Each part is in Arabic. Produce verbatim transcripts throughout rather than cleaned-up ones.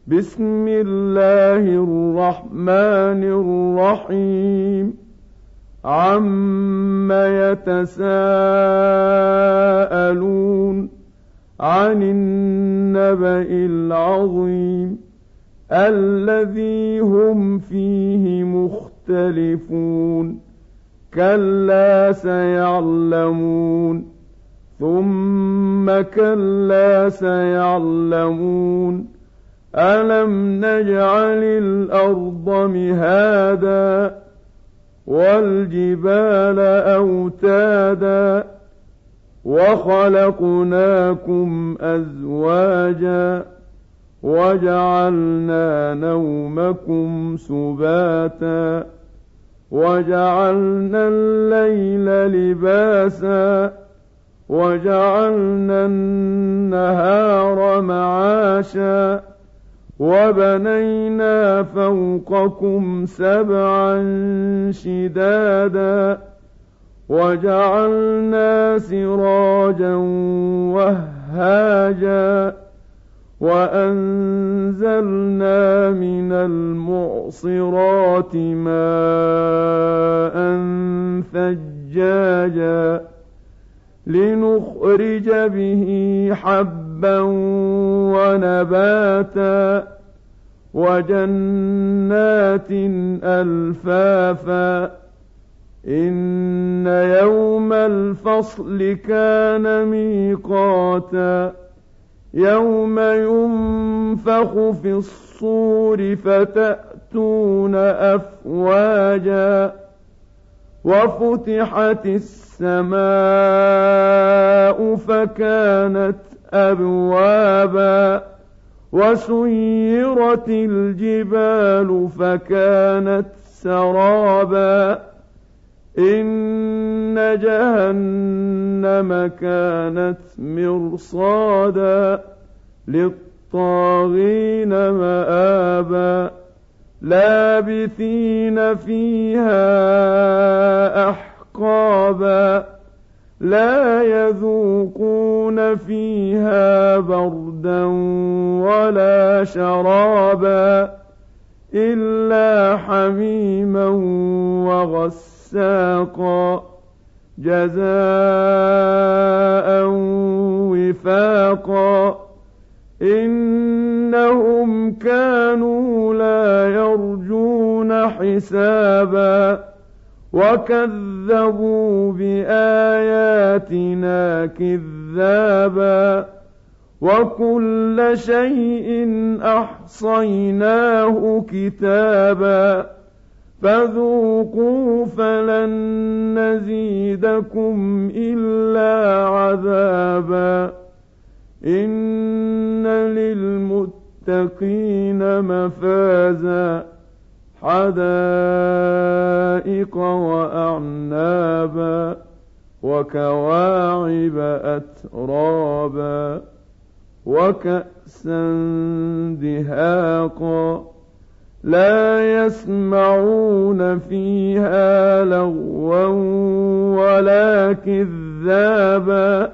بسم الله الرحمن الرحيم عَمَّ يَتَسَاءَلُونَ عَنِ النَّبَإِ الْعَظِيمِ الَّذِي هُمْ فِيهِ مُخْتَلِفُونَ كَلَّا سَيَعْلَمُونَ ثُمَّ كَلَّا سَيَعْلَمُونَ أَلَمْ نَجْعَلِ الْأَرْضَ مِهَادًا وَالْجِبَالَ أَوْتَادًا وَخَلَقْنَاكُمْ أَزْوَاجًا وَجَعَلْنَا نَوْمَكُمْ سُبَاتًا وَجَعَلْنَا اللَّيْلَ لِبَاسًا وَجَعَلْنَا النَّهَارَ مَعَاشًا وَبَنَيْنَا فَوْقَكُمْ سَبْعًا شِدَادًا وَجَعَلْنَا سِرَاجًا وَهَّاجًا وَأَنزَلْنَا مِنَ الْمُعْصِرَاتِ مَاءً ثَجَّاجًا لِنُخْرِجَ بِهِ حَبًّا وَنَبَاتًا وَجَنَّاتٍ أَلْفَافًا إِنَّ يَوْمَ الْفَصْلِ كَانَ مِيقَاتًا يَوْمَ يُنفَخُ فِي الصُّورِ فَتَأْتُونَ أَفْوَاجًا وَفُتِحَتِ السَّمَاءُ فَكَانَتْ أَبْوَابًا وَسُيِّرَتِ الْجِبَالُ فَكَانَتْ سَرَابًا إِنَّ جَهَنَّمَ كَانَتْ مِرْصَادًا لِلطَّاغِينَ مَآبًا لَابِثِينَ فِيهَا أَحْقَابًا لَا يَذُوقُونَ فِيهَا بَرْدًا وَلَا شَرَابًا إِلَّا حَمِيمًا وَغَسَّاقًا جَزَاءً وِفَاقًا إِنَّهُمْ كَانُوا لَا يَرْجُونَ حِسَابًا وَكَذَّبُوا بِآيَاتِنَا كِذَّابًا وَكُلَّ شَيْءٍ أَحْصَيْنَاهُ كِتَابًا فَذُوقُوا فَلَن نَّزِيدَكُمْ إِلَّا عَذَابًا إِنَّ لِلْمُتَّقِينَ مَفَازًا حَدَائِقَ وَأَعْنَابًا وَكَوَاعِبَ أَتْرَابًا وَكَأْسًا دِهَاقًا لَا يَسْمَعُونَ فِيهَا لَغْوًا وَلَا كِذَّابًا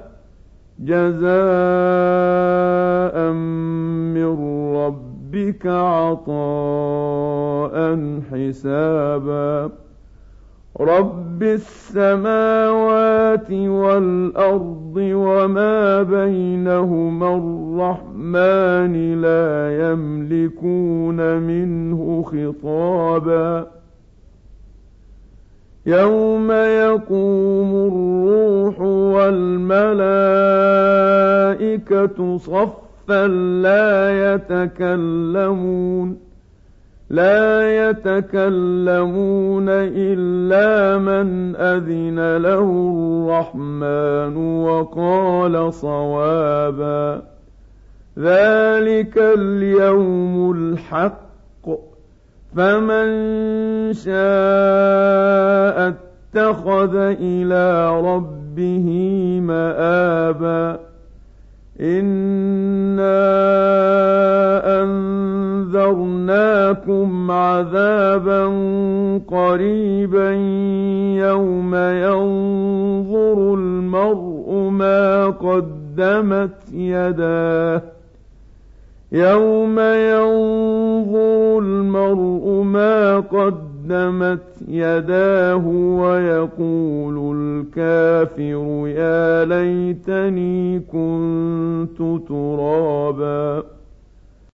جَزَاءً مِّن رَّبِّكَ عَطَاءً حِسَابًا رَبِّ السَّمَاوَاتِ وَالْأَرْضِ وَمَا بَيْنَهُمَا الرَّحْمَٰنِ لَا يَمْلِكُونَ مِنْهُ خِطَابًا يَوْمَ يَقُومُ الرُّوحُ وَالْمَلَائِكَةُ صَفًّا لَّا يَتَكَلَّمُونَ لا يتكلمون إلا من أذن له الرحمن وقال صوابا ذلك اليوم الحق فمن شاء اتخذ إلى ربه مآبا إنا أنذرناكم عذابا قريبا يوم ينظر المرء ما قدمت يداه يوم ينظر ما قدمت يداه ويقول الكافر يا ليتني كنت ترابا